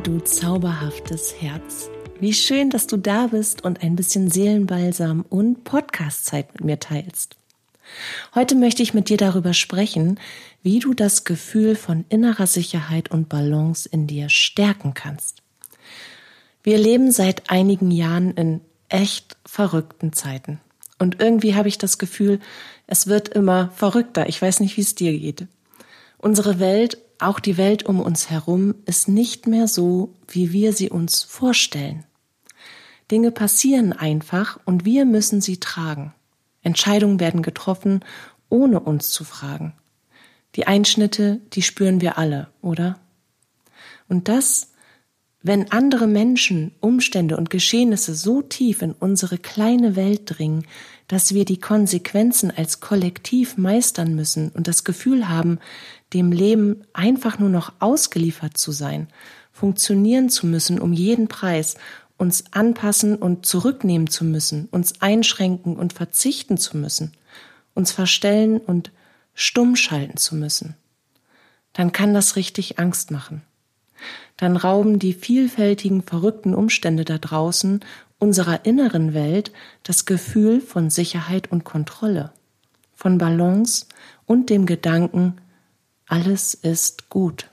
du zauberhaftes Herz. Wie schön, dass du da bist und ein bisschen Seelenbalsam und Podcast-Zeit mit mir teilst. Heute möchte ich mit dir darüber sprechen, wie du das Gefühl von innerer Sicherheit und Balance in dir stärken kannst. Wir leben seit einigen Jahren in echt verrückten Zeiten. Und irgendwie habe ich das Gefühl, es wird immer verrückter. Ich weiß nicht, wie es dir geht. Unsere Welt, auch die Welt um uns herum, ist nicht mehr so, wie wir sie uns vorstellen. Dinge passieren einfach und wir müssen sie tragen. Entscheidungen werden getroffen, ohne uns zu fragen. Die Einschnitte, die spüren wir alle, oder? Und das, wenn andere Menschen, Umstände und Geschehnisse so tief in unsere kleine Welt dringen, dass wir die Konsequenzen als Kollektiv meistern müssen und das Gefühl haben, dem Leben einfach nur noch ausgeliefert zu sein, funktionieren zu müssen um jeden Preis, uns anpassen und zurücknehmen zu müssen, uns einschränken und verzichten zu müssen, uns verstellen und stumm schalten zu müssen, dann kann das richtig Angst machen. Dann rauben die vielfältigen, verrückten Umstände da draußen unserer inneren Welt das Gefühl von Sicherheit und Kontrolle, von Balance und dem Gedanken, alles ist gut.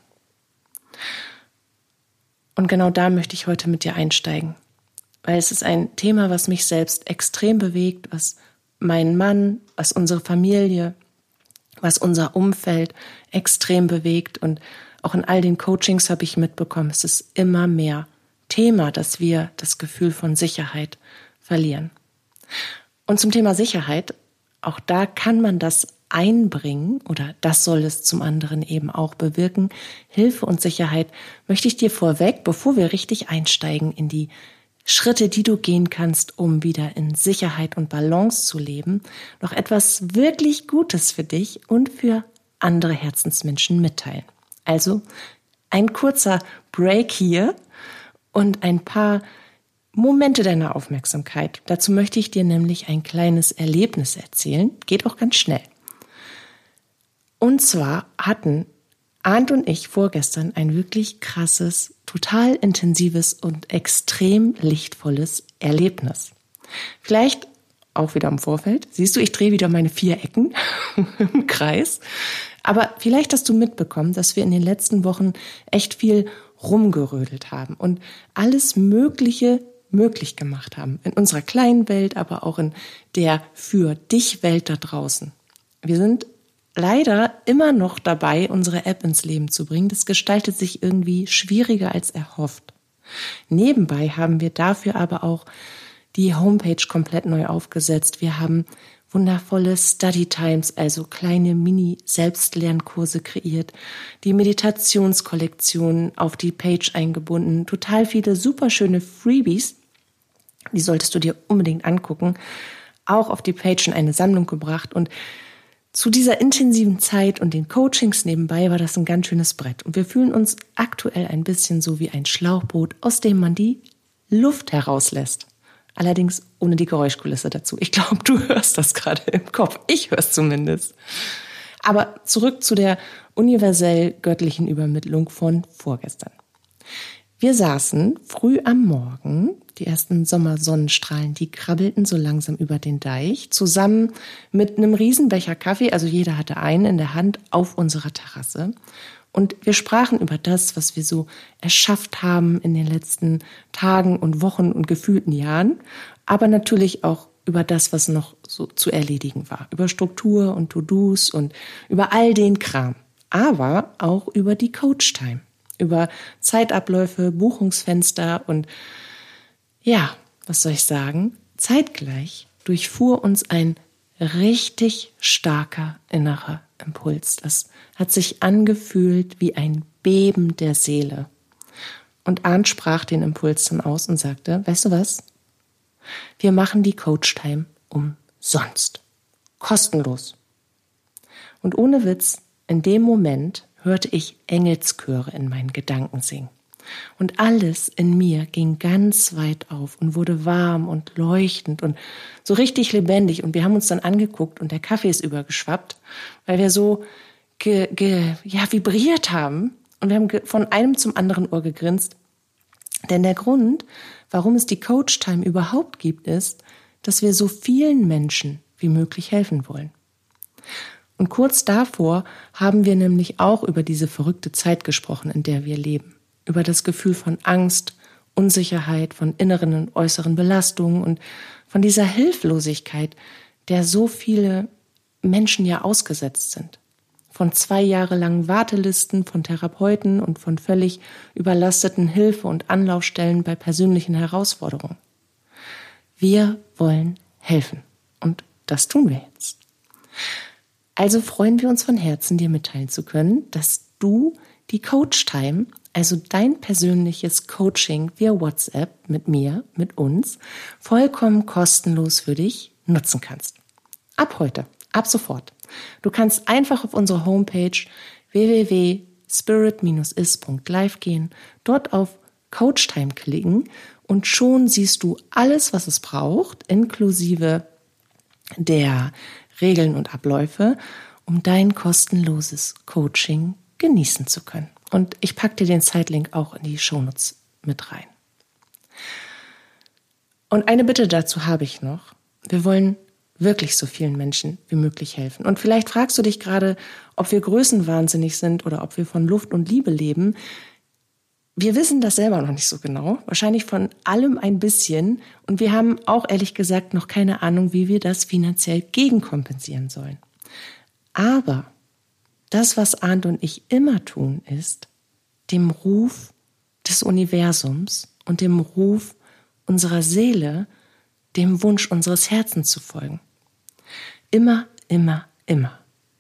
Und genau da möchte ich heute mit dir einsteigen, weil es ist ein Thema, was mich selbst extrem bewegt, was meinen Mann, was unsere Familie, was unser Umfeld extrem bewegt. Und auch in all den Coachings habe ich mitbekommen, es ist immer mehr Thema, dass wir das Gefühl von Sicherheit verlieren. Und zum Thema Sicherheit, auch da kann man das einbringen oder das soll es zum anderen eben auch bewirken. Hilfe und Sicherheit möchte ich dir vorweg, bevor wir richtig einsteigen in die Schritte, die du gehen kannst, um wieder in Sicherheit und Balance zu leben, noch etwas wirklich Gutes für dich und für andere Herzensmenschen mitteilen. Also ein kurzer Break hier und ein paar Momente deiner Aufmerksamkeit. Dazu möchte ich dir nämlich ein kleines Erlebnis erzählen. Geht auch ganz schnell. Und zwar hatten Arndt und ich vorgestern ein wirklich krasses, total intensives und extrem lichtvolles Erlebnis. Vielleicht auch wieder im Vorfeld. Siehst du, ich drehe wieder meine 4 Ecken im Kreis. Aber vielleicht hast du mitbekommen, dass wir in den letzten Wochen echt viel rumgerödelt haben und alles Mögliche möglich gemacht haben. In unserer kleinen Welt, aber auch in der für dich Welt da draußen. Wir sind leider immer noch dabei, unsere App ins Leben zu bringen. Das gestaltet sich irgendwie schwieriger als erhofft. Nebenbei haben wir dafür aber auch die Homepage komplett neu aufgesetzt. Wir haben wundervolle Study Times, also kleine Mini-Selbstlernkurse kreiert, die Meditationskollektion auf die Page eingebunden, total viele superschöne Freebies, die solltest du dir unbedingt angucken, auch auf die Page in eine Sammlung gebracht. Und zu dieser intensiven Zeit und den Coachings nebenbei war das ein ganz schönes Brett. Und wir fühlen uns aktuell ein bisschen so wie ein Schlauchboot, aus dem man die Luft herauslässt. Allerdings ohne die Geräuschkulisse dazu. Ich glaube, du hörst das gerade im Kopf. Ich höre es zumindest. Aber zurück zu der universell göttlichen Übermittlung von vorgestern. Wir saßen früh am Morgen, die ersten Sommersonnenstrahlen, die krabbelten so langsam über den Deich, zusammen mit einem Riesenbecher Kaffee, also jeder hatte einen in der Hand, auf unserer Terrasse. Und wir sprachen über das, was wir so erschafft haben in den letzten Tagen und Wochen und gefühlten Jahren, aber natürlich auch über das, was noch so zu erledigen war, über Struktur und To-Dos und über all den Kram, aber auch über die Coach-Time, über Zeitabläufe, Buchungsfenster und ja, was soll ich sagen? Zeitgleich durchfuhr uns ein richtig starker innerer Impuls. Das hat sich angefühlt wie ein Beben der Seele. Und Arndt sprach den Impuls dann aus und sagte, weißt du was? Wir machen die Coach-Time umsonst. Kostenlos. Und ohne Witz, in dem Moment hörte ich Engelschöre in meinen Gedanken singen. Und alles in mir ging ganz weit auf und wurde warm und leuchtend und so richtig lebendig. Und wir haben uns dann angeguckt und der Kaffee ist übergeschwappt, weil wir so vibriert haben. Und wir haben von einem zum anderen Ohr gegrinst. Denn der Grund, warum es die Coach Time überhaupt gibt, ist, dass wir so vielen Menschen wie möglich helfen wollen. Und kurz davor haben wir nämlich auch über diese verrückte Zeit gesprochen, in der wir leben. Über das Gefühl von Angst, Unsicherheit, von inneren und äußeren Belastungen und von dieser Hilflosigkeit, der so viele Menschen ja ausgesetzt sind. Von 2 Jahre langen Wartelisten von Therapeuten und von völlig überlasteten Hilfe- und Anlaufstellen bei persönlichen Herausforderungen. Wir wollen helfen und das tun wir jetzt. Also freuen wir uns von Herzen, dir mitteilen zu können, dass du die Coach Time, also dein persönliches Coaching via WhatsApp mit mir, mit uns, vollkommen kostenlos für dich nutzen kannst. Ab heute, ab sofort. Du kannst einfach auf unsere Homepage www.spirit-is.live gehen, dort auf Coach Time klicken und schon siehst du alles, was es braucht, inklusive der Regeln und Abläufe, um dein kostenloses Coaching genießen zu können. Und ich packe dir den Zeitlink auch in die Shownotes mit rein. Und eine Bitte dazu habe ich noch. Wir wollen wirklich so vielen Menschen wie möglich helfen. Und vielleicht fragst du dich gerade, ob wir größenwahnsinnig sind oder ob wir von Luft und Liebe leben. Wir wissen das selber noch nicht so genau. Wahrscheinlich von allem ein bisschen. Und wir haben auch ehrlich gesagt noch keine Ahnung, wie wir das finanziell gegenkompensieren sollen. Aber das, was Arndt und ich immer tun, ist, dem Ruf des Universums und dem Ruf unserer Seele, dem Wunsch unseres Herzens zu folgen. Immer, immer, immer.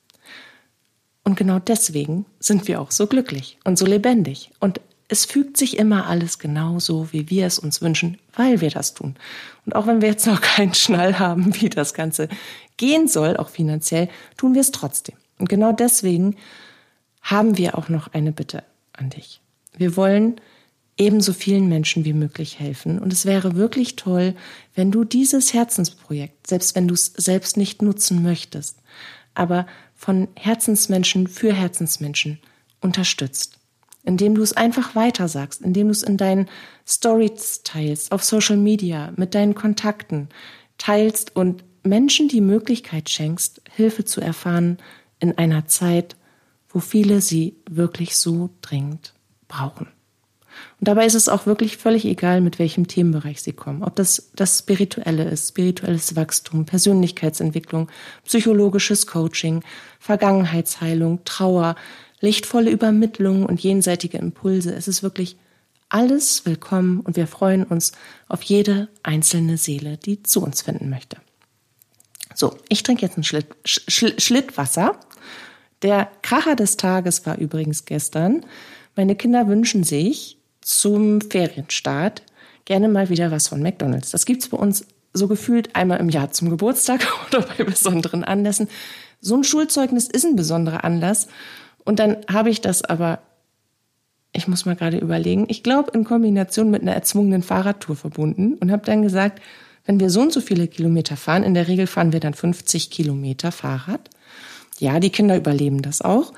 Und genau deswegen sind wir auch so glücklich und so lebendig. Und es fügt sich immer alles genau so, wie wir es uns wünschen, weil wir das tun. Und auch wenn wir jetzt noch keinen Schnall haben, wie das Ganze gehen soll, auch finanziell, tun wir es trotzdem. Und genau deswegen haben wir auch noch eine Bitte an dich. Wir wollen ebenso vielen Menschen wie möglich helfen. Und es wäre wirklich toll, wenn du dieses Herzensprojekt, selbst wenn du es selbst nicht nutzen möchtest, aber von Herzensmenschen für Herzensmenschen unterstützt. Indem du es einfach weitersagst, indem du es in deinen Stories teilst, auf Social Media, mit deinen Kontakten teilst und Menschen die Möglichkeit schenkst, Hilfe zu erfahren in einer Zeit, wo viele sie wirklich so dringend brauchen. Und dabei ist es auch wirklich völlig egal, mit welchem Themenbereich sie kommen. Ob das Spirituelle ist, spirituelles Wachstum, Persönlichkeitsentwicklung, psychologisches Coaching, Vergangenheitsheilung, Trauer, lichtvolle Übermittlung und jenseitige Impulse. Es ist wirklich alles willkommen und wir freuen uns auf jede einzelne Seele, die zu uns finden möchte. So, ich trinke jetzt ein Schlittwasser. Der Kracher des Tages war übrigens gestern. Meine Kinder wünschen sich zum Ferienstart gerne mal wieder was von McDonald's. Das gibt's bei uns so gefühlt einmal im Jahr zum Geburtstag oder bei besonderen Anlässen. So ein Schulzeugnis ist ein besonderer Anlass. Und dann habe ich das aber, ich muss mal gerade überlegen, ich glaube in Kombination mit einer erzwungenen Fahrradtour verbunden und habe dann gesagt, wenn wir so und so viele Kilometer fahren, in der Regel fahren wir dann 50 Kilometer Fahrrad. Ja, die Kinder überleben das auch.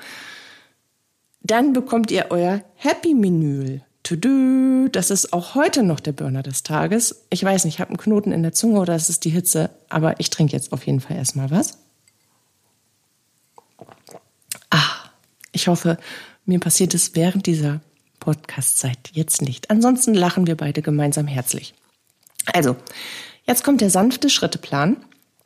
Dann bekommt ihr euer Happy-Menü. Das ist auch heute noch der Burner des Tages. Ich weiß nicht, ich habe einen Knoten in der Zunge oder es ist die Hitze, aber ich trinke jetzt auf jeden Fall erstmal was. Ich hoffe, mir passiert es während dieser Podcast-Zeit jetzt nicht. Ansonsten lachen wir beide gemeinsam herzlich. Also, jetzt kommt der sanfte Schritteplan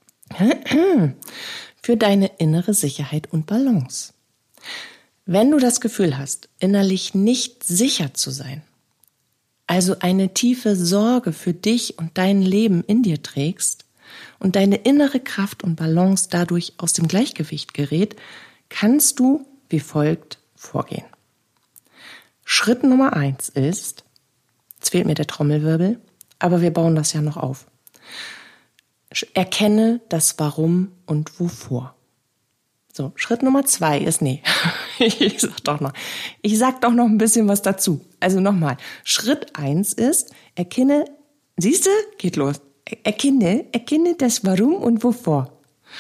für deine innere Sicherheit und Balance. Wenn du das Gefühl hast, innerlich nicht sicher zu sein, also eine tiefe Sorge für dich und dein Leben in dir trägst und deine innere Kraft und Balance dadurch aus dem Gleichgewicht gerät, kannst du wie folgt vorgehen. Schritt Nummer 1 ist, jetzt fehlt mir der Trommelwirbel, aber wir bauen das ja noch auf. Erkenne das Warum und Wovor. So, Schritt Nummer 2 ist, ich sag doch noch ein bisschen was dazu. Also nochmal, Schritt 1 ist, erkenne, siehste, geht los, erkenne das Warum und Wovor.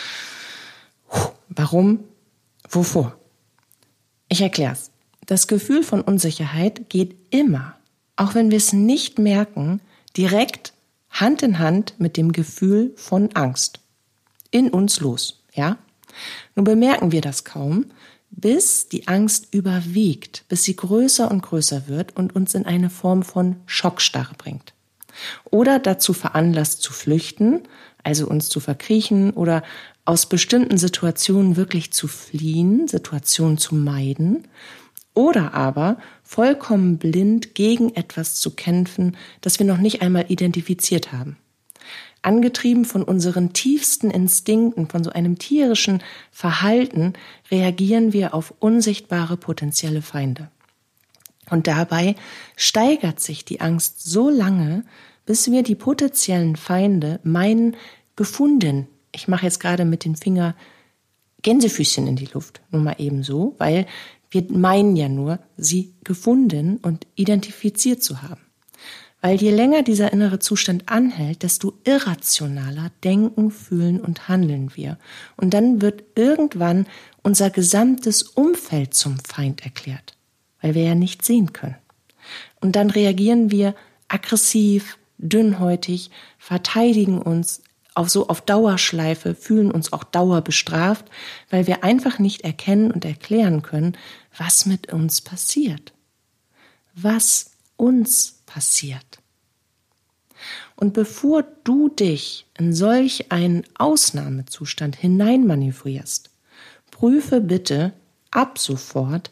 Warum, wovor? Ich erkläre es. Das Gefühl von Unsicherheit geht immer auch wenn wir es nicht merken, direkt Hand in Hand mit dem Gefühl von Angst in uns los, ja? Nun bemerken wir das kaum, bis die Angst überwiegt, bis sie größer und größer wird und uns in eine Form von Schockstarre bringt. Oder dazu veranlasst zu flüchten, also uns zu verkriechen oder aus bestimmten Situationen wirklich zu fliehen, Situationen zu meiden, oder aber vollkommen blind gegen etwas zu kämpfen, das wir noch nicht einmal identifiziert haben. Angetrieben von unseren tiefsten Instinkten, von so einem tierischen Verhalten, reagieren wir auf unsichtbare potenzielle Feinde. Und dabei steigert sich die Angst so lange, bis wir die potenziellen Feinde meinen, gefunden. Ich mache jetzt gerade mit dem Finger Gänsefüßchen in die Luft, nur mal eben so, weil wir meinen ja nur, sie gefunden und identifiziert zu haben. Weil je länger dieser innere Zustand anhält, desto irrationaler denken, fühlen und handeln wir. Und dann wird irgendwann unser gesamtes Umfeld zum Feind erklärt, weil wir ja nicht sehen können. Und dann reagieren wir aggressiv, dünnhäutig, verteidigen uns auf Dauerschleife, fühlen uns auch dauerbestraft, weil wir einfach nicht erkennen und erklären können, was mit uns passiert. Was uns passiert. Und bevor du dich in solch einen Ausnahmezustand hineinmanövrierst, prüfe bitte ab sofort,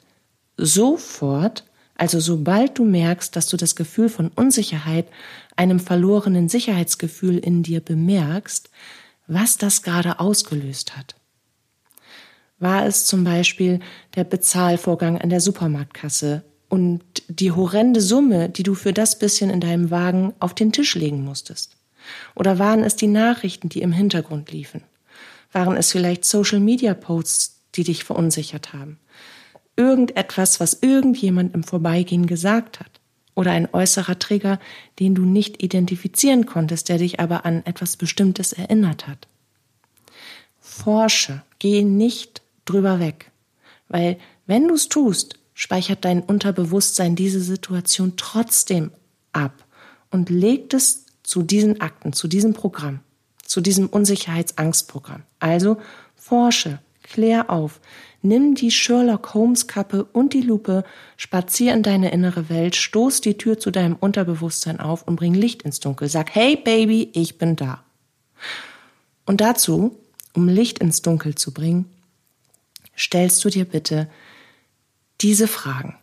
also sobald du merkst, dass du das Gefühl von Unsicherheit, einem verlorenen Sicherheitsgefühl in dir bemerkst, was das gerade ausgelöst hat. War es zum Beispiel der Bezahlvorgang an der Supermarktkasse und die horrende Summe, die du für das bisschen in deinem Wagen auf den Tisch legen musstest? Oder waren es die Nachrichten, die im Hintergrund liefen? Waren es vielleicht Social-Media-Posts, die dich verunsichert haben? Irgendetwas, was irgendjemand im Vorbeigehen gesagt hat? Oder ein äußerer Trigger, den du nicht identifizieren konntest, der dich aber an etwas Bestimmtes erinnert hat? Forsche, geh nicht drüber weg, weil wenn du es tust, speichert dein Unterbewusstsein diese Situation trotzdem ab und legt es zu diesen Akten, zu diesem Programm, zu diesem Unsicherheitsangstprogramm. Also forsche, klär auf, nimm die Sherlock-Holmes-Kappe und die Lupe, spazier in deine innere Welt, stoß die Tür zu deinem Unterbewusstsein auf und bring Licht ins Dunkel. Sag, hey Baby, ich bin da. Und dazu, um Licht ins Dunkel zu bringen, stellst du dir bitte diese Fragen.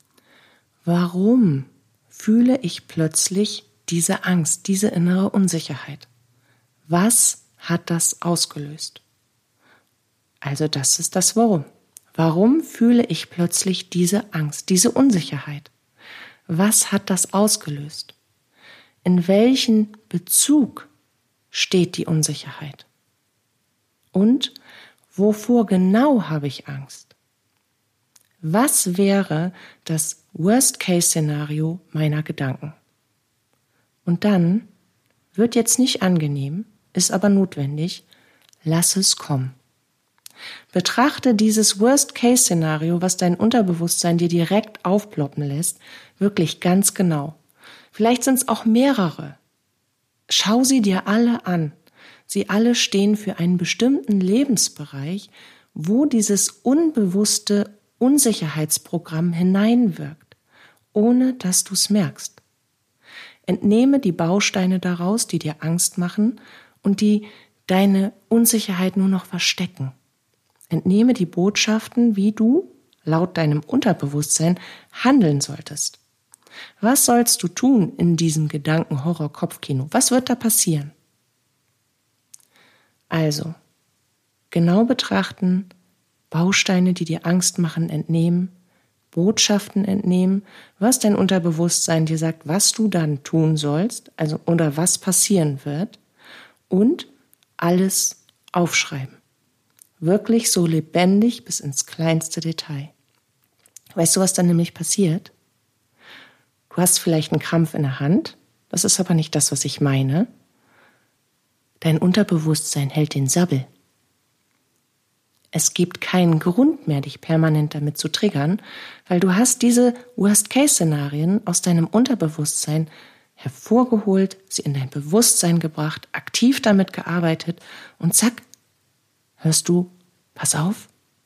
Warum fühle ich plötzlich diese Angst, diese innere Unsicherheit? Was hat das ausgelöst? Also das ist das Warum. Warum fühle ich plötzlich diese Angst, diese Unsicherheit? Was hat das ausgelöst? In welchen Bezug steht die Unsicherheit? Und wovor genau habe ich Angst? Was wäre das Worst-Case-Szenario meiner Gedanken? Und dann wird jetzt nicht angenehm, ist aber notwendig, lass es kommen. Betrachte dieses Worst-Case-Szenario, was dein Unterbewusstsein dir direkt aufploppen lässt, wirklich ganz genau. Vielleicht sind es auch mehrere. Schau sie dir alle an. Sie alle stehen für einen bestimmten Lebensbereich, wo dieses unbewusste Unsicherheitsprogramm hineinwirkt, ohne dass du es merkst. Entnehme die Bausteine daraus, die dir Angst machen und die deine Unsicherheit nur noch verstecken. Entnehme die Botschaften, wie du, laut deinem Unterbewusstsein, handeln solltest. Was sollst du tun in diesem Gedanken-Horror-Kopfkino? Was wird da passieren? Also, genau betrachten, Bausteine, die dir Angst machen, entnehmen, Botschaften entnehmen, was dein Unterbewusstsein dir sagt, was du dann tun sollst, also oder was passieren wird, und alles aufschreiben. Wirklich so lebendig bis ins kleinste Detail. Weißt du, was dann nämlich passiert? Du hast vielleicht einen Krampf in der Hand, das ist aber nicht das, was ich meine. Dein Unterbewusstsein hält den Sabbel. Es gibt keinen Grund mehr, dich permanent damit zu triggern, weil du hast diese Worst-Case-Szenarien aus deinem Unterbewusstsein hervorgeholt, sie in dein Bewusstsein gebracht, aktiv damit gearbeitet und zack, hörst du, pass auf.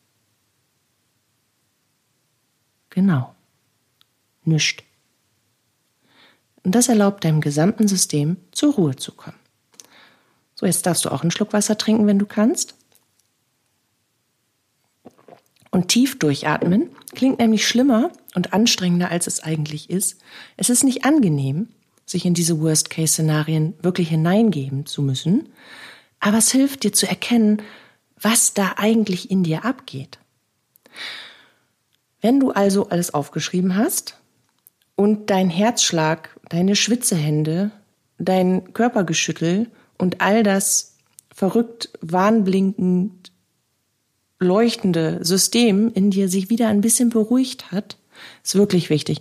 Genau. Nischt. Und das erlaubt deinem gesamten System, zur Ruhe zu kommen. So, jetzt darfst du auch einen Schluck Wasser trinken, wenn du kannst. Und tief durchatmen klingt nämlich schlimmer und anstrengender, als es eigentlich ist. Es ist nicht angenehm, sich in diese Worst-Case-Szenarien wirklich hineingeben zu müssen, aber es hilft dir zu erkennen, was da eigentlich in dir abgeht. Wenn du also alles aufgeschrieben hast und dein Herzschlag, deine Schwitzehände, dein Körpergeschüttel und all das verrückt, warnblinkend leuchtende System in dir sich wieder ein bisschen beruhigt hat, ist wirklich wichtig.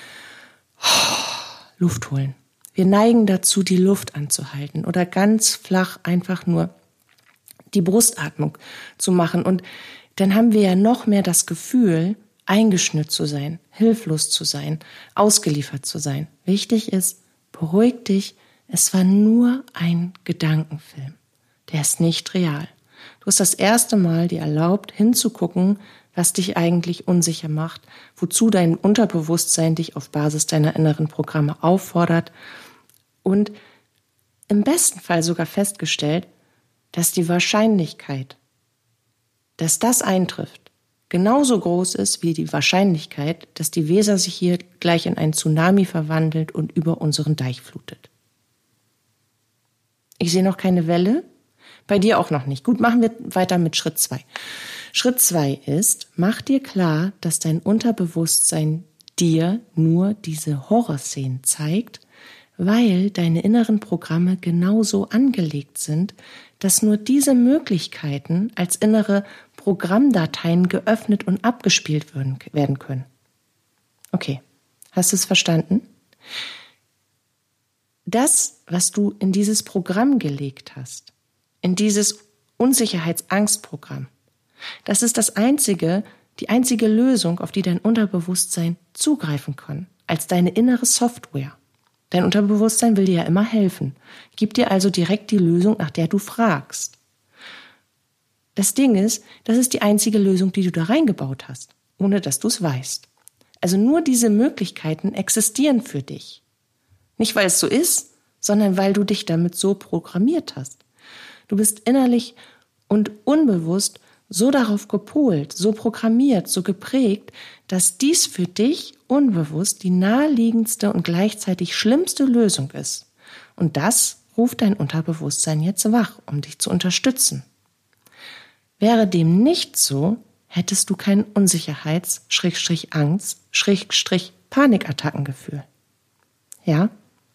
Luft holen. Wir neigen dazu, die Luft anzuhalten oder ganz flach einfach nur die Brustatmung zu machen. Und dann haben wir ja noch mehr das Gefühl, eingeschnürt zu sein, hilflos zu sein, ausgeliefert zu sein. Wichtig ist, beruhig dich, es war nur ein Gedankenfilm. Der ist nicht real. Du hast das erste Mal dir erlaubt, hinzugucken, was dich eigentlich unsicher macht, wozu dein Unterbewusstsein dich auf Basis deiner inneren Programme auffordert und im besten Fall sogar festgestellt, dass die Wahrscheinlichkeit, dass das eintrifft, genauso groß ist wie die Wahrscheinlichkeit, dass die Weser sich hier gleich in einen Tsunami verwandelt und über unseren Deich flutet. Ich sehe noch keine Welle. Bei dir auch noch nicht. Gut, machen wir weiter mit Schritt 2. Schritt 2 ist, mach dir klar, dass dein Unterbewusstsein dir nur diese Horrorszenen zeigt, weil deine inneren Programme genauso angelegt sind, dass nur diese Möglichkeiten als innere Programmdateien geöffnet und abgespielt werden können. Okay, hast du es verstanden? Das, was du in dieses Programm gelegt hast, in dieses Unsicherheitsangstprogramm. Das ist die einzige Lösung, auf die dein Unterbewusstsein zugreifen kann, als deine innere Software. Dein Unterbewusstsein will dir ja immer helfen. Gib dir also direkt die Lösung, nach der du fragst. Das Ding ist, das ist die einzige Lösung, die du da reingebaut hast, ohne dass du es weißt. Also nur diese Möglichkeiten existieren für dich. Nicht, weil es so ist, sondern weil du dich damit so programmiert hast. Du bist innerlich und unbewusst so darauf gepolt, so programmiert, so geprägt, dass dies für dich unbewusst die naheliegendste und gleichzeitig schlimmste Lösung ist. Und das ruft dein Unterbewusstsein jetzt wach, um dich zu unterstützen. Wäre dem nicht so, hättest du kein Unsicherheits-Angst-Panikattackengefühl. Ja?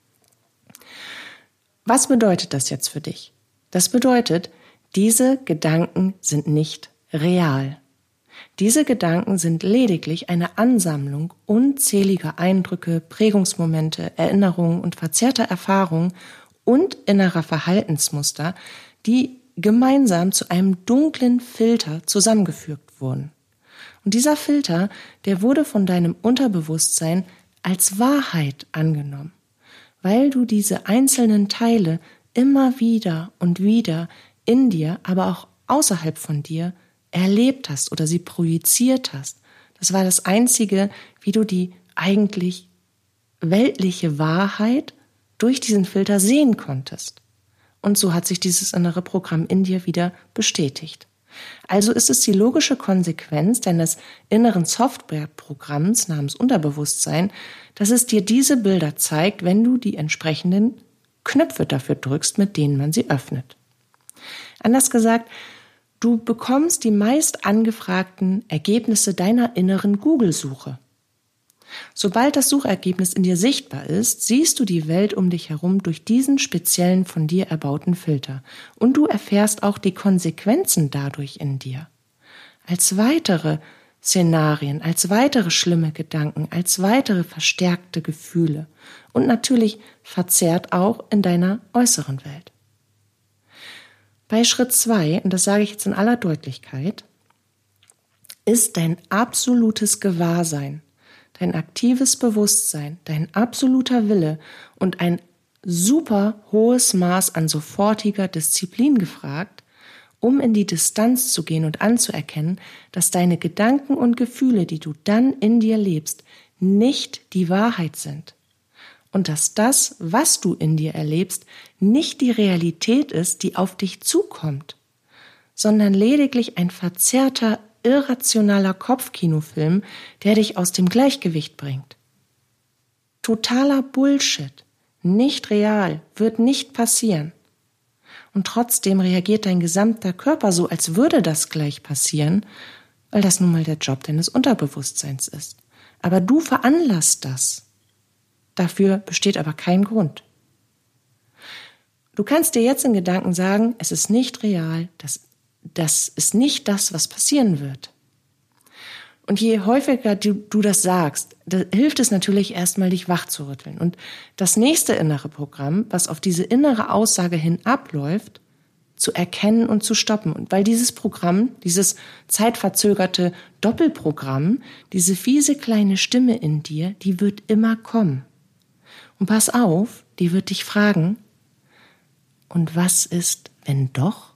Was bedeutet das jetzt für dich? Das bedeutet, diese Gedanken sind nicht real. Diese Gedanken sind lediglich eine Ansammlung unzähliger Eindrücke, Prägungsmomente, Erinnerungen und verzerrter Erfahrungen und innerer Verhaltensmuster, die gemeinsam zu einem dunklen Filter zusammengefügt wurden. Und dieser Filter, der wurde von deinem Unterbewusstsein als Wahrheit angenommen, weil du diese einzelnen Teile immer wieder und wieder in dir, aber auch außerhalb von dir erlebt hast oder sie projiziert hast. Das war das Einzige, wie du die eigentlich weltliche Wahrheit durch diesen Filter sehen konntest. Und so hat sich dieses innere Programm in dir wieder bestätigt. Also ist es die logische Konsequenz deines inneren Softwareprogramms namens Unterbewusstsein, dass es dir diese Bilder zeigt, wenn du die entsprechenden Knöpfe dafür drückst, mit denen man sie öffnet. Anders gesagt, du bekommst die meist angefragten Ergebnisse deiner inneren Google-Suche. Sobald das Suchergebnis in dir sichtbar ist, siehst du die Welt um dich herum durch diesen speziellen von dir erbauten Filter und du erfährst auch die Konsequenzen dadurch in dir. Als weitere Szenarien, als weitere schlimme Gedanken, als weitere verstärkte Gefühle und natürlich verzerrt auch in deiner äußeren Welt. Bei Schritt 2, und das sage ich jetzt in aller Deutlichkeit, ist dein absolutes Gewahrsein, dein aktives Bewusstsein, dein absoluter Wille und ein super hohes Maß an sofortiger Disziplin gefragt, um in die Distanz zu gehen und anzuerkennen, dass deine Gedanken und Gefühle, die du dann in dir lebst, nicht die Wahrheit sind. Und dass das, was du in dir erlebst, nicht die Realität ist, die auf dich zukommt, sondern lediglich ein verzerrter, irrationaler Kopfkinofilm, der dich aus dem Gleichgewicht bringt. Totaler Bullshit, nicht real, wird nicht passieren. Und trotzdem reagiert dein gesamter Körper so, als würde das gleich passieren, weil das nun mal der Job deines Unterbewusstseins ist. Aber du veranlasst das. Dafür besteht aber kein Grund. Du kannst dir jetzt in Gedanken sagen, es ist nicht real, das ist nicht das, was passieren wird. Und je häufiger du das sagst, da hilft es natürlich erstmal, dich wach zu rütteln. Und das nächste innere Programm, was auf diese innere Aussage hin abläuft, zu erkennen und zu stoppen. Und weil dieses Programm, dieses zeitverzögerte Doppelprogramm, diese fiese kleine Stimme in dir, die wird immer kommen. Und pass auf, die wird dich fragen, und was ist, wenn doch?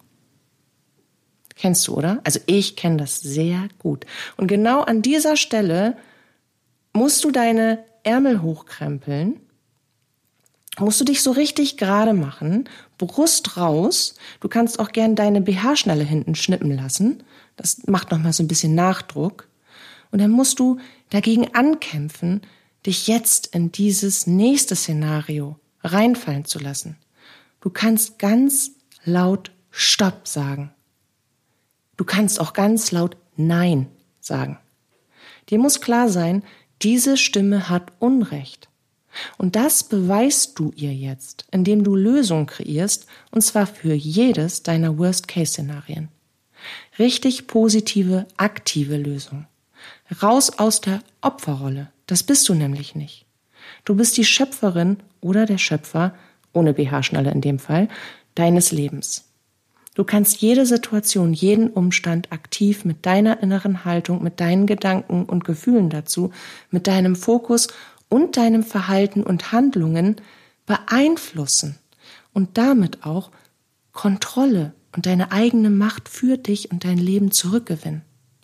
Kennst du, oder? Also ich kenne das sehr gut. Und genau an dieser Stelle musst du deine Ärmel hochkrempeln, musst du dich so richtig gerade machen, Brust raus. Du kannst auch gern deine BH-Schnalle hinten schnippen lassen. Das macht nochmal so ein bisschen Nachdruck. Und dann musst du dagegen ankämpfen, dich jetzt in dieses nächste Szenario reinfallen zu lassen. Du kannst ganz laut Stopp sagen. Du kannst auch ganz laut Nein sagen. Dir muss klar sein, diese Stimme hat Unrecht. Und das beweist du ihr jetzt, indem du Lösungen kreierst, und zwar für jedes deiner Worst-Case-Szenarien. Richtig positive, aktive Lösungen. Raus aus der Opferrolle. Das bist du nämlich nicht. Du bist die Schöpferin oder der Schöpfer, ohne BH-Schnalle in dem Fall, deines Lebens. Du kannst jede Situation, jeden Umstand aktiv mit deiner inneren Haltung, mit deinen Gedanken und Gefühlen dazu, mit deinem Fokus und deinem Verhalten und Handlungen beeinflussen und damit auch Kontrolle und deine eigene Macht für dich und dein Leben zurückgewinnen.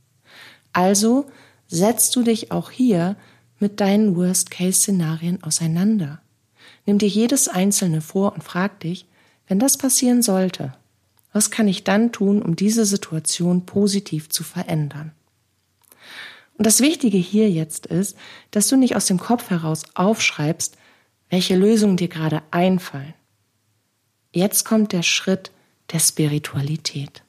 Also setzt du dich auch hier mit deinen Worst-Case-Szenarien auseinander. Nimm dir jedes einzelne vor und frag dich, wenn das passieren sollte, was kann ich dann tun, um diese Situation positiv zu verändern? Und das Wichtige hier jetzt ist, dass du nicht aus dem Kopf heraus aufschreibst, welche Lösungen dir gerade einfallen. Jetzt kommt der Schritt der Spiritualität.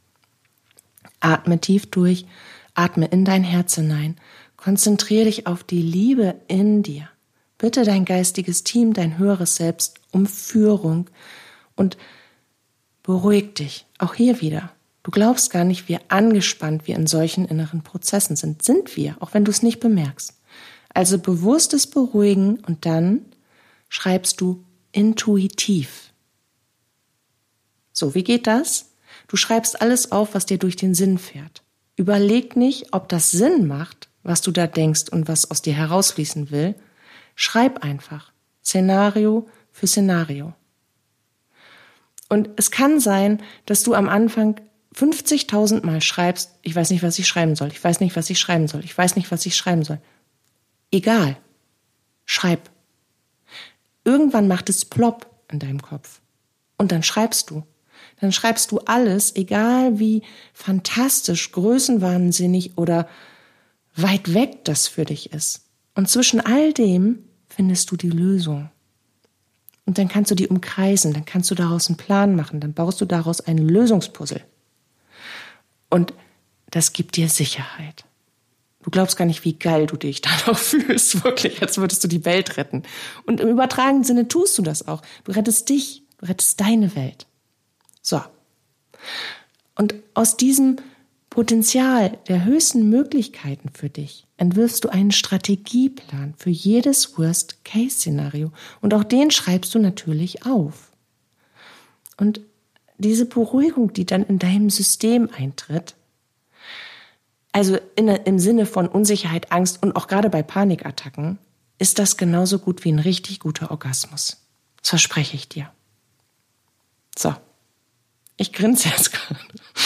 Atme tief durch, atme in dein Herz hinein, konzentriere dich auf die Liebe in dir. Bitte dein geistiges Team, dein höheres Selbst um Führung und beruhig dich, auch hier wieder. Du glaubst gar nicht, wie angespannt wir in solchen inneren Prozessen sind. Sind wir, auch wenn du es nicht bemerkst. Also bewusstes Beruhigen und dann schreibst du intuitiv. So, wie geht das? Du schreibst alles auf, was dir durch den Sinn fährt. Überleg nicht, ob das Sinn macht, was du da denkst und was aus dir herausfließen will. Schreib einfach. Szenario für Szenario. Und es kann sein, dass du am Anfang 50.000 Mal schreibst, ich weiß nicht, was ich schreiben soll, ich weiß nicht, was ich schreiben soll, ich weiß nicht, was ich schreiben soll. Egal. Schreib. Irgendwann macht es plopp in deinem Kopf. Und dann schreibst du. Dann schreibst du alles, egal wie fantastisch, größenwahnsinnig oder weit weg das für dich ist. Und zwischen all dem findest du die Lösung. Und dann kannst du die umkreisen, dann kannst du daraus einen Plan machen, dann baust du daraus ein Lösungspuzzle. Und das gibt dir Sicherheit. Du glaubst gar nicht, wie geil du dich da noch fühlst, wirklich, als würdest du die Welt retten. Und im übertragenen Sinne tust du das auch. Du rettest dich, du rettest deine Welt. So. Und aus diesem Potenzial der höchsten Möglichkeiten für dich entwirfst du einen Strategieplan für jedes Worst-Case-Szenario. Und auch den schreibst du natürlich auf. Und diese Beruhigung, die dann in deinem System eintritt, Also im Sinne von Unsicherheit, Angst und auch gerade bei Panikattacken ist das genauso gut wie ein richtig guter Orgasmus. Das verspreche ich dir. So, ich grinse jetzt gerade.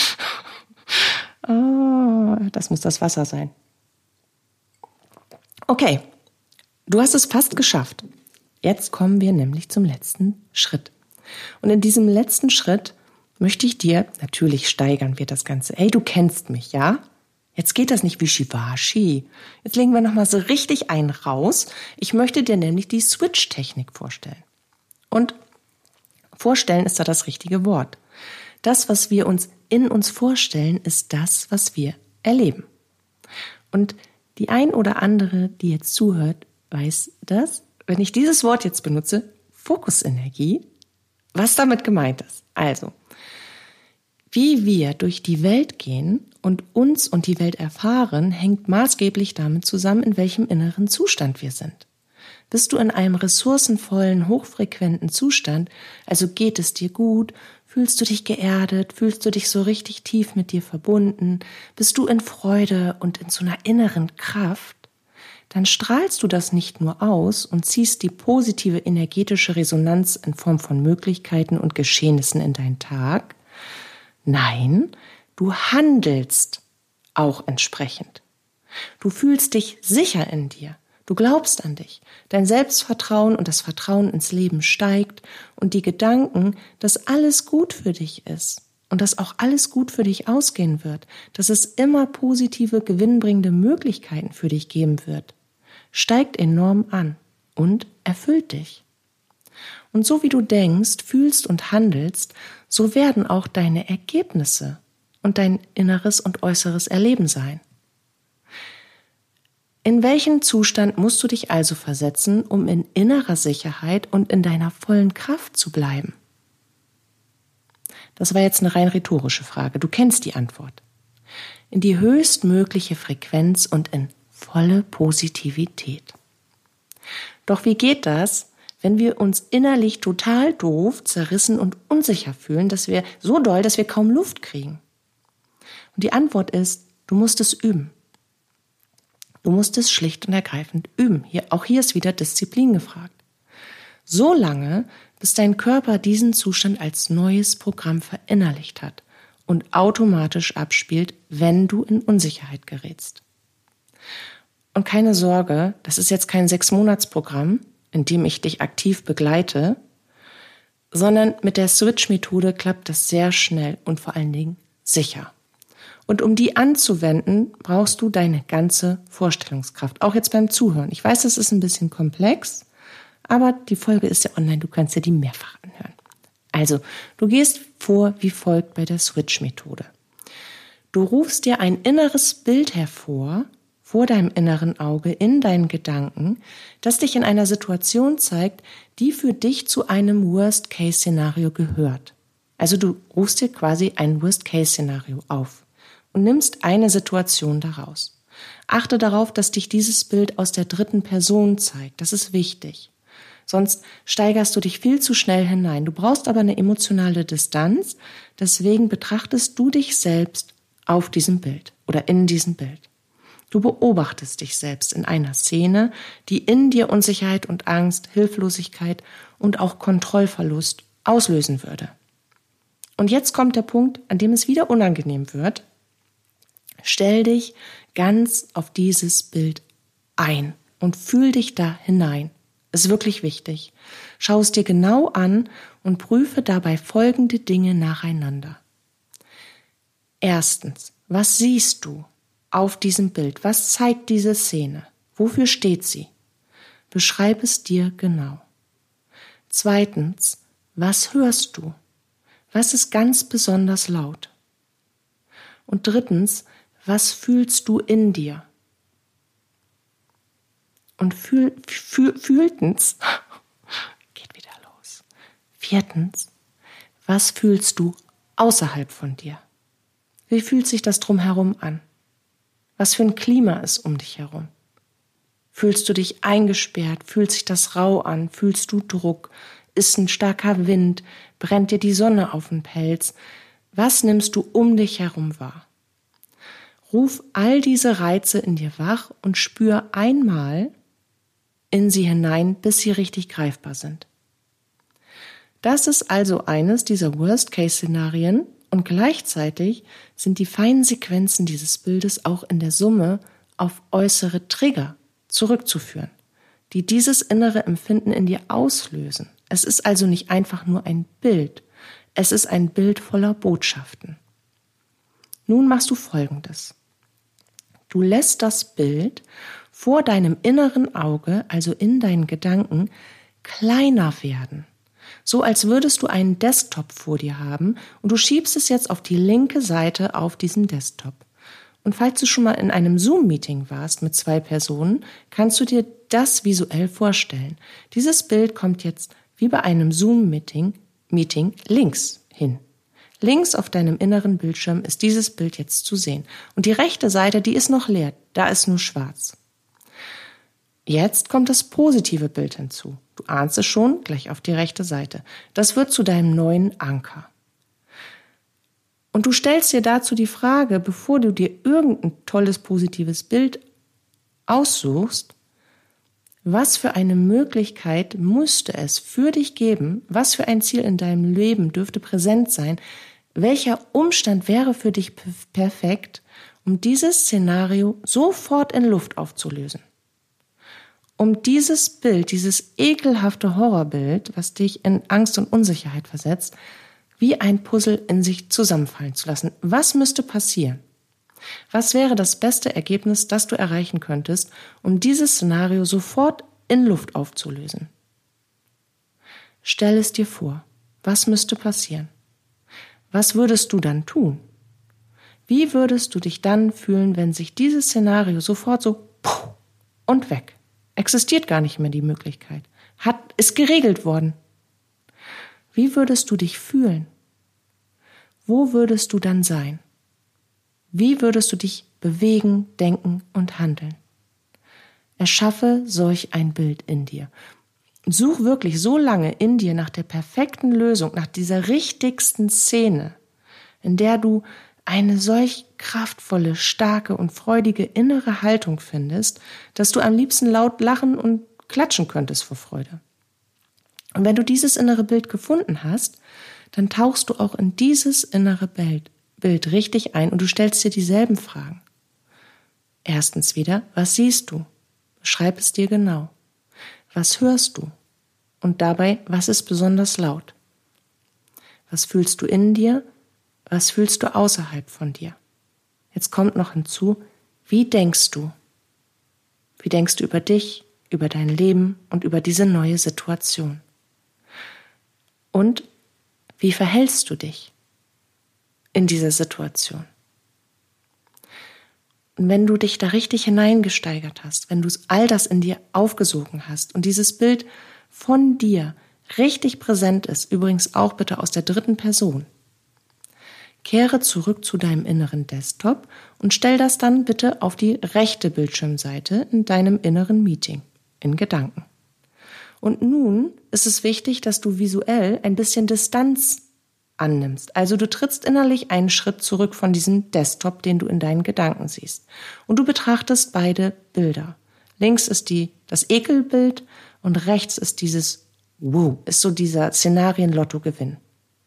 Oh, das muss das Wasser sein. Okay, du hast es fast geschafft. Jetzt kommen wir nämlich zum letzten Schritt. Und in diesem letzten Schritt möchte ich dir, natürlich steigern wir das Ganze. Hey, du kennst mich, ja? Jetzt geht das nicht wischiwaschi. Jetzt legen wir nochmal so richtig einen raus. Ich möchte dir nämlich die Switch-Technik vorstellen. Und vorstellen ist da das richtige Wort. Das, was wir uns in uns vorstellen, ist das, was wir erleben. Und die ein oder andere, die jetzt zuhört, weiß das, wenn ich dieses Wort jetzt benutze, Fokusenergie, was damit gemeint ist. Also, wie wir durch die Welt gehen und uns und die Welt erfahren, hängt maßgeblich damit zusammen, in welchem inneren Zustand wir sind. Bist du in einem ressourcenvollen, hochfrequenten Zustand, also geht es dir gut, fühlst du dich geerdet, fühlst du dich so richtig tief mit dir verbunden, bist du in Freude und in so einer inneren Kraft, dann strahlst du das nicht nur aus und ziehst die positive energetische Resonanz in Form von Möglichkeiten und Geschehnissen in deinen Tag. Nein, du handelst auch entsprechend. Du fühlst dich sicher in dir. Du glaubst an dich. Dein Selbstvertrauen und das Vertrauen ins Leben steigt und die Gedanken, dass alles gut für dich ist und dass auch alles gut für dich ausgehen wird, dass es immer positive, gewinnbringende Möglichkeiten für dich geben wird, steigt enorm an und erfüllt dich. Und so wie du denkst, fühlst und handelst, so werden auch deine Ergebnisse und dein inneres und äußeres Erleben sein. In welchen Zustand musst du dich also versetzen, um in innerer Sicherheit und in deiner vollen Kraft zu bleiben? Das war jetzt eine rein rhetorische Frage. Du kennst die Antwort. In die höchstmögliche Frequenz und in volle Positivität. Doch wie geht das, wenn wir uns innerlich total doof, zerrissen und unsicher fühlen, dass wir so doll, dass wir kaum Luft kriegen? Und die Antwort ist, du musst es üben. Du musst es schlicht und ergreifend üben. Auch hier ist wieder Disziplin gefragt. So lange, bis dein Körper diesen Zustand als neues Programm verinnerlicht hat und automatisch abspielt, wenn du in Unsicherheit gerätst. Und keine Sorge, das ist jetzt kein 6-Monats-Programm, in dem ich dich aktiv begleite, sondern mit der Switch-Methode klappt das sehr schnell und vor allen Dingen sicher. Und um die anzuwenden, brauchst du deine ganze Vorstellungskraft, auch jetzt beim Zuhören. Ich weiß, das ist ein bisschen komplex, aber die Folge ist ja online, du kannst ja die mehrfach anhören. Also, du gehst vor wie folgt bei der Switch-Methode. Du rufst dir ein inneres Bild hervor, vor deinem inneren Auge, in deinen Gedanken, das dich in einer Situation zeigt, die für dich zu einem Worst-Case-Szenario gehört. Also du rufst dir quasi ein Worst-Case-Szenario auf und nimmst eine Situation daraus. Achte darauf, dass dich dieses Bild aus der dritten Person zeigt. Das ist wichtig. Sonst steigerst du dich viel zu schnell hinein. Du brauchst aber eine emotionale Distanz. Deswegen betrachtest du dich selbst auf diesem Bild oder in diesem Bild. Du beobachtest dich selbst in einer Szene, die in dir Unsicherheit und Angst, Hilflosigkeit und auch Kontrollverlust auslösen würde. Und jetzt kommt der Punkt, an dem es wieder unangenehm wird. Stell dich ganz auf dieses Bild ein und fühl dich da hinein. Ist wirklich wichtig. Schau es dir genau an und prüfe dabei folgende Dinge nacheinander. Erstens, was siehst du auf diesem Bild? Was zeigt diese Szene? Wofür steht sie? Beschreib es dir genau. Zweitens, was hörst du? Was ist ganz besonders laut? Und drittens, was fühlst du in dir? Und fühltens, geht wieder los. Viertens, was fühlst du außerhalb von dir? Wie fühlt sich das drumherum an? Was für ein Klima ist um dich herum? Fühlst du dich eingesperrt? Fühlt sich das rau an? Fühlst du Druck? Ist ein starker Wind? Brennt dir die Sonne auf den Pelz? Was nimmst du um dich herum wahr? Ruf all diese Reize in dir wach und spür einmal in sie hinein, bis sie richtig greifbar sind. Das ist also eines dieser Worst-Case-Szenarien und gleichzeitig sind die feinen Sequenzen dieses Bildes auch in der Summe auf äußere Trigger zurückzuführen, die dieses innere Empfinden in dir auslösen. Es ist also nicht einfach nur ein Bild, es ist ein Bild voller Botschaften. Nun machst du Folgendes. Du lässt das Bild vor deinem inneren Auge, also in deinen Gedanken, kleiner werden. So als würdest du einen Desktop vor dir haben und du schiebst es jetzt auf die linke Seite auf diesen Desktop. Und falls du schon mal in einem Zoom-Meeting warst mit 2 Personen, kannst du dir das visuell vorstellen. Dieses Bild kommt jetzt wie bei einem Zoom-Meeting links hin. Links auf deinem inneren Bildschirm ist dieses Bild jetzt zu sehen. Und die rechte Seite, die ist noch leer, da ist nur schwarz. Jetzt kommt das positive Bild hinzu. Du ahnst es schon, gleich auf die rechte Seite. Das wird zu deinem neuen Anker. Und du stellst dir dazu die Frage, bevor du dir irgendein tolles positives Bild aussuchst, was für eine Möglichkeit müsste es für dich geben, was für ein Ziel in deinem Leben dürfte präsent sein, welcher Umstand wäre für dich perfekt, um dieses Szenario sofort in Luft aufzulösen. Um dieses Bild, dieses ekelhafte Horrorbild, was dich in Angst und Unsicherheit versetzt, wie ein Puzzle in sich zusammenfallen zu lassen. Was müsste passieren? Was wäre das beste Ergebnis, das du erreichen könntest, um dieses Szenario sofort in Luft aufzulösen? Stell es dir vor. Was müsste passieren? Was würdest du dann tun? Wie würdest du dich dann fühlen, wenn sich dieses Szenario sofort so und weg? Existiert gar nicht mehr die Möglichkeit. Ist geregelt worden. Wie würdest du dich fühlen? Wo würdest du dann sein? Wie würdest du dich bewegen, denken und handeln? Erschaffe solch ein Bild in dir. Such wirklich so lange in dir nach der perfekten Lösung, nach dieser richtigsten Szene, in der du eine solch kraftvolle, starke und freudige innere Haltung findest, dass du am liebsten laut lachen und klatschen könntest vor Freude. Und wenn du dieses innere Bild gefunden hast, dann tauchst du auch in dieses innere Bild richtig ein und du stellst dir dieselben Fragen. Erstens wieder, was siehst du? Beschreib es dir genau. Was hörst du? Und dabei, was ist besonders laut? Was fühlst du in dir? Was fühlst du außerhalb von dir? Jetzt kommt noch hinzu, wie denkst du? Wie denkst du über dich, über dein Leben und über diese neue Situation? Und wie verhältst du dich in dieser Situation? Und wenn du dich da richtig hineingesteigert hast, wenn du all das in dir aufgesogen hast und dieses Bild von dir richtig präsent ist, übrigens auch bitte aus der 3. Person, kehre zurück zu deinem inneren Desktop und stell das dann bitte auf die rechte Bildschirmseite in deinem inneren Meeting, in Gedanken. Und nun ist es wichtig, dass du visuell ein bisschen Distanz annimmst. Also du trittst innerlich einen Schritt zurück von diesem Desktop, den du in deinen Gedanken siehst. Und du betrachtest beide Bilder. Links ist das Ekelbild und rechts ist dieses ist so dieser Szenarien-Lotto-Gewinn.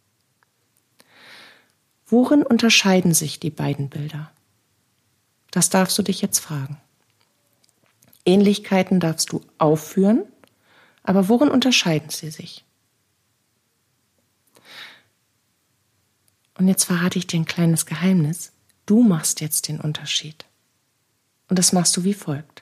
Worin unterscheiden sich die beiden Bilder? Das darfst du dich jetzt fragen. Ähnlichkeiten darfst du aufführen, aber worin unterscheiden sie sich? Und jetzt verrate ich dir ein kleines Geheimnis. Du machst jetzt den Unterschied. Und das machst du wie folgt.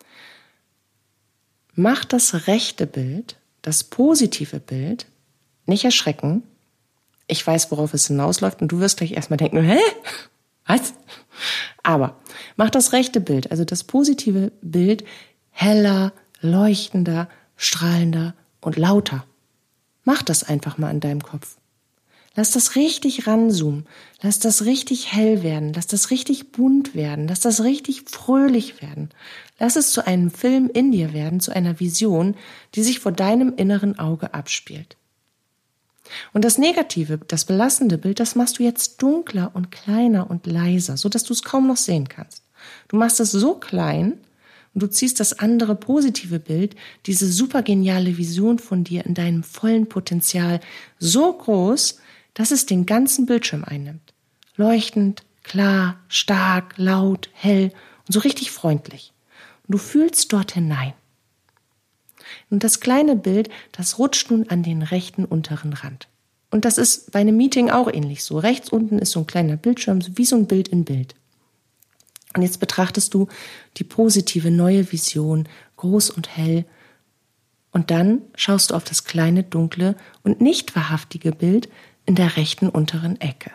Mach das rechte Bild, das positive Bild, nicht erschrecken. Ich weiß, worauf es hinausläuft und du wirst gleich erstmal denken, hä? Was? Aber mach das rechte Bild, also das positive Bild, heller, leuchtender, strahlender und lauter. Mach das einfach mal in deinem Kopf. Lass das richtig ranzoomen, lass das richtig hell werden, lass das richtig bunt werden, lass das richtig fröhlich werden. Lass es zu einem Film in dir werden, zu einer Vision, die sich vor deinem inneren Auge abspielt. Und das Negative, das belastende Bild, das machst du jetzt dunkler und kleiner und leiser, sodass du es kaum noch sehen kannst. Du machst es so klein und du ziehst das andere positive Bild, diese super geniale Vision von dir in deinem vollen Potenzial so groß, dass es den ganzen Bildschirm einnimmt. Leuchtend, klar, stark, laut, hell und so richtig freundlich. Und du fühlst dort hinein. Und das kleine Bild, das rutscht nun an den rechten unteren Rand. Und das ist bei einem Meeting auch ähnlich so. Rechts unten ist so ein kleiner Bildschirm, wie so ein Bild in Bild. Und jetzt betrachtest du die positive neue Vision, groß und hell. Und dann schaust du auf das kleine, dunkle und nicht wahrhaftige Bild in der rechten unteren Ecke.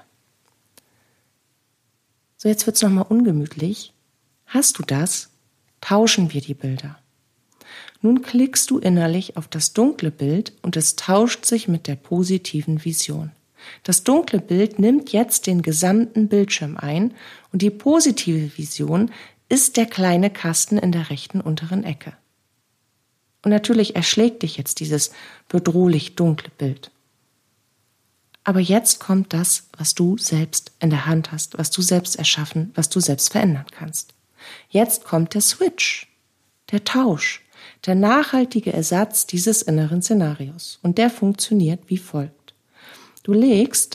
So, jetzt wird's nochmal ungemütlich. Hast du das? Tauschen wir die Bilder. Nun klickst du innerlich auf das dunkle Bild und es tauscht sich mit der positiven Vision. Das dunkle Bild nimmt jetzt den gesamten Bildschirm ein und die positive Vision ist der kleine Kasten in der rechten unteren Ecke. Und natürlich erschlägt dich jetzt dieses bedrohlich dunkle Bild. Aber jetzt kommt das, was du selbst in der Hand hast, was du selbst erschaffen, was du selbst verändern kannst. Jetzt kommt der Switch, der Tausch, der nachhaltige Ersatz dieses inneren Szenarios. Und der funktioniert wie folgt. Du legst,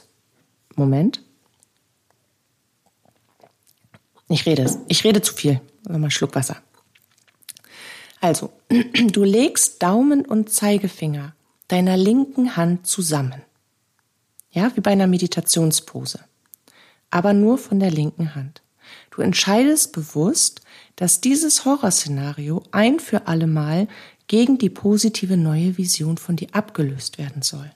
ich rede zu viel, nochmal einen Schluck Wasser. Also, du legst Daumen und Zeigefinger deiner linken Hand zusammen. Ja, wie bei einer Meditationspose. Aber nur von der linken Hand. Du entscheidest bewusst, dass dieses Horrorszenario ein für alle Mal gegen die positive neue Vision von dir abgelöst werden soll.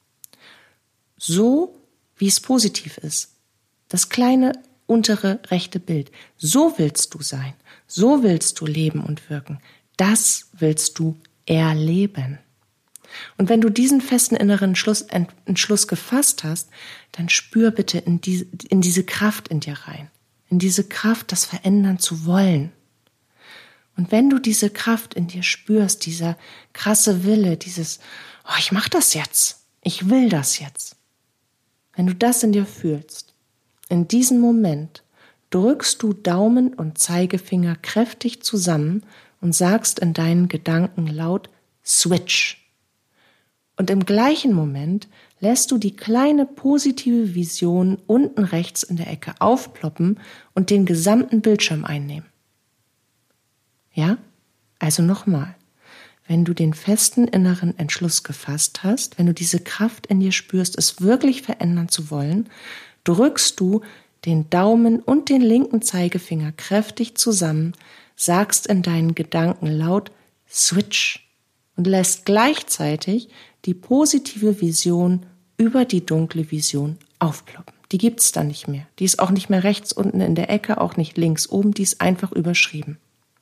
So, wie es positiv ist. Das kleine untere rechte Bild. So willst du sein. So willst du leben und wirken. Das willst du erleben. Und wenn du diesen festen inneren Entschluss gefasst hast, dann spür bitte in diese Kraft in dir rein. In diese Kraft, das verändern zu wollen. Und wenn du diese Kraft in dir spürst, dieser krasse Wille, dieses, oh, ich mach das jetzt, ich will das jetzt. Wenn du das in dir fühlst, in diesem Moment drückst du Daumen und Zeigefinger kräftig zusammen und sagst in deinen Gedanken laut Switch. Und im gleichen Moment lässt du die kleine positive Vision unten rechts in der Ecke aufploppen und den gesamten Bildschirm einnehmen. Ja? Also nochmal. Wenn du den festen inneren Entschluss gefasst hast, wenn du diese Kraft in dir spürst, es wirklich verändern zu wollen, drückst du den Daumen und den linken Zeigefinger kräftig zusammen, sagst in deinen Gedanken laut Switch und lässt gleichzeitig die positive Vision über die dunkle Vision aufploppen. Die gibt's dann nicht mehr. Die ist auch nicht mehr rechts unten in der Ecke, auch nicht links oben, die ist einfach überschrieben.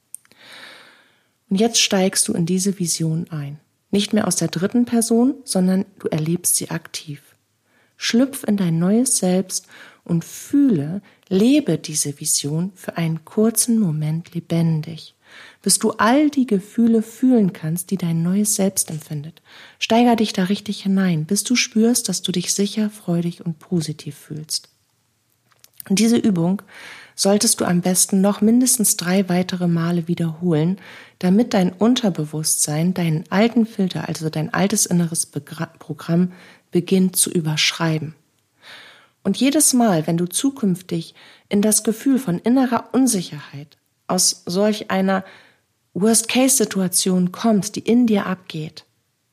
Und jetzt steigst du in diese Vision ein. Nicht mehr aus der dritten Person, sondern du erlebst sie aktiv. Schlüpf in dein neues Selbst und lebe diese Vision für einen kurzen Moment lebendig, bis du all die Gefühle fühlen kannst, die dein neues Selbst empfindet. Steiger dich da richtig hinein, bis du spürst, dass du dich sicher, freudig und positiv fühlst. Und diese Übung solltest du am besten noch mindestens 3 weitere Male wiederholen, damit dein Unterbewusstsein deinen alten Filter, also dein altes inneres Programm, beginnt zu überschreiben. Und jedes Mal, wenn du zukünftig in das Gefühl von innerer Unsicherheit aus solch einer Worst-Case-Situation kommst, die in dir abgeht,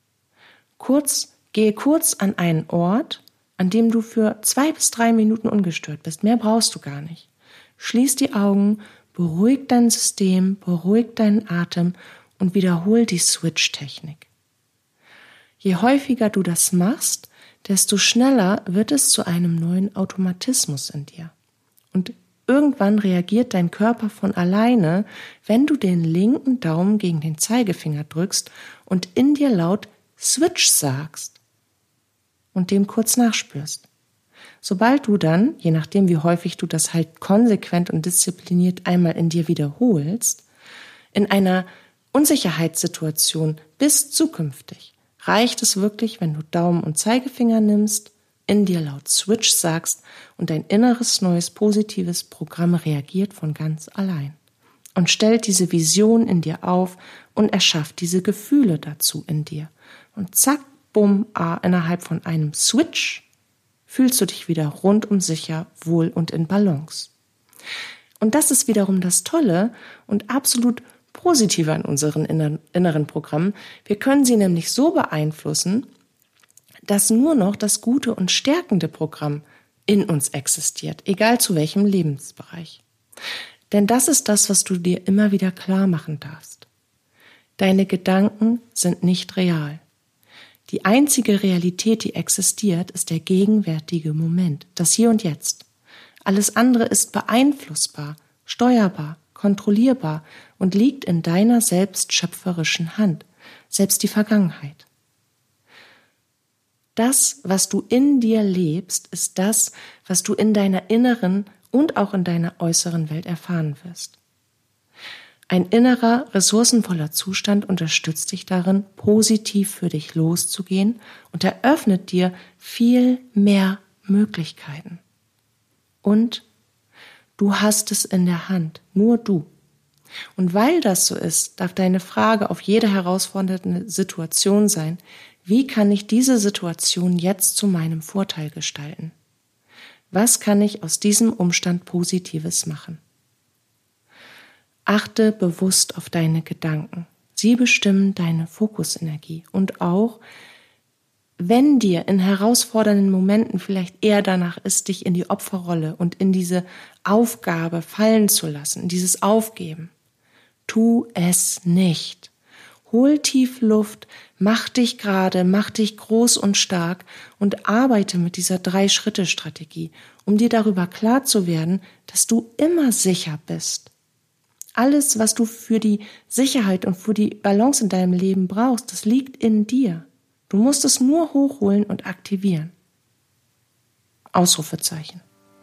gehe kurz an einen Ort, an dem du für 2 bis 3 Minuten ungestört bist. Mehr brauchst du gar nicht. Schließ die Augen, beruhig dein System, beruhig deinen Atem und wiederhol die Switch-Technik. Je häufiger du das machst, desto schneller wird es zu einem neuen Automatismus in dir. Und irgendwann reagiert dein Körper von alleine, wenn du den linken Daumen gegen den Zeigefinger drückst und in dir laut Switch sagst und dem kurz nachspürst. Sobald du dann, je nachdem wie häufig du das halt konsequent und diszipliniert einmal in dir wiederholst, in einer Unsicherheitssituation bist zukünftig, reicht es wirklich, wenn du Daumen und Zeigefinger nimmst, in dir laut Switch sagst und dein inneres neues positives Programm reagiert von ganz allein und stellt diese Vision in dir auf und erschafft diese Gefühle dazu in dir. Und zack, bumm, innerhalb von einem Switch fühlst du dich wieder rundum sicher, wohl und in Balance. Und das ist wiederum das Tolle und absolut Positive an unseren inneren Programmen. Wir können sie nämlich so beeinflussen, dass nur noch das gute und stärkende Programm in uns existiert, egal zu welchem Lebensbereich. Denn das ist das, was du dir immer wieder klar machen darfst. Deine Gedanken sind nicht real. Die einzige Realität, die existiert, ist der gegenwärtige Moment, das Hier und Jetzt. Alles andere ist beeinflussbar, steuerbar, kontrollierbar und liegt in deiner selbst schöpferischen Hand, selbst die Vergangenheit. Das, was du in dir lebst, ist das, was du in deiner inneren und auch in deiner äußeren Welt erfahren wirst. Ein innerer, ressourcenvoller Zustand unterstützt dich darin, positiv für dich loszugehen und eröffnet dir viel mehr Möglichkeiten. Und du hast es in der Hand, nur du. Und weil das so ist, darf deine Frage auf jede herausfordernde Situation sein: Wie kann ich diese Situation jetzt zu meinem Vorteil gestalten? Was kann ich aus diesem Umstand Positives machen? Achte bewusst auf deine Gedanken. Sie bestimmen deine Fokusenergie. Und auch, wenn dir in herausfordernden Momenten vielleicht eher danach ist, dich in die Opferrolle und in diese Aufgabe fallen zu lassen, dieses Aufgeben, tu es nicht. Hol tief Luft, mach dich gerade, mach dich groß und stark und arbeite mit dieser 3-Schritte-Strategie, um dir darüber klar zu werden, dass du immer sicher bist. Alles, was du für die Sicherheit und für die Balance in deinem Leben brauchst, das liegt in dir. Du musst es nur hochholen und aktivieren. Ausrufezeichen.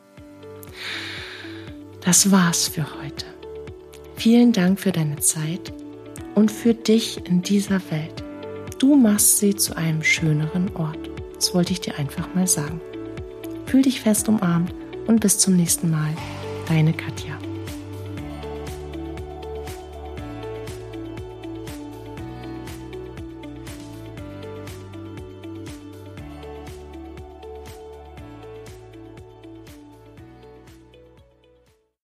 Das war's für heute. Vielen Dank für deine Zeit und für dich in dieser Welt. Du machst sie zu einem schöneren Ort. Das wollte ich dir einfach mal sagen. Fühl dich fest umarmt und bis zum nächsten Mal. Deine Katja.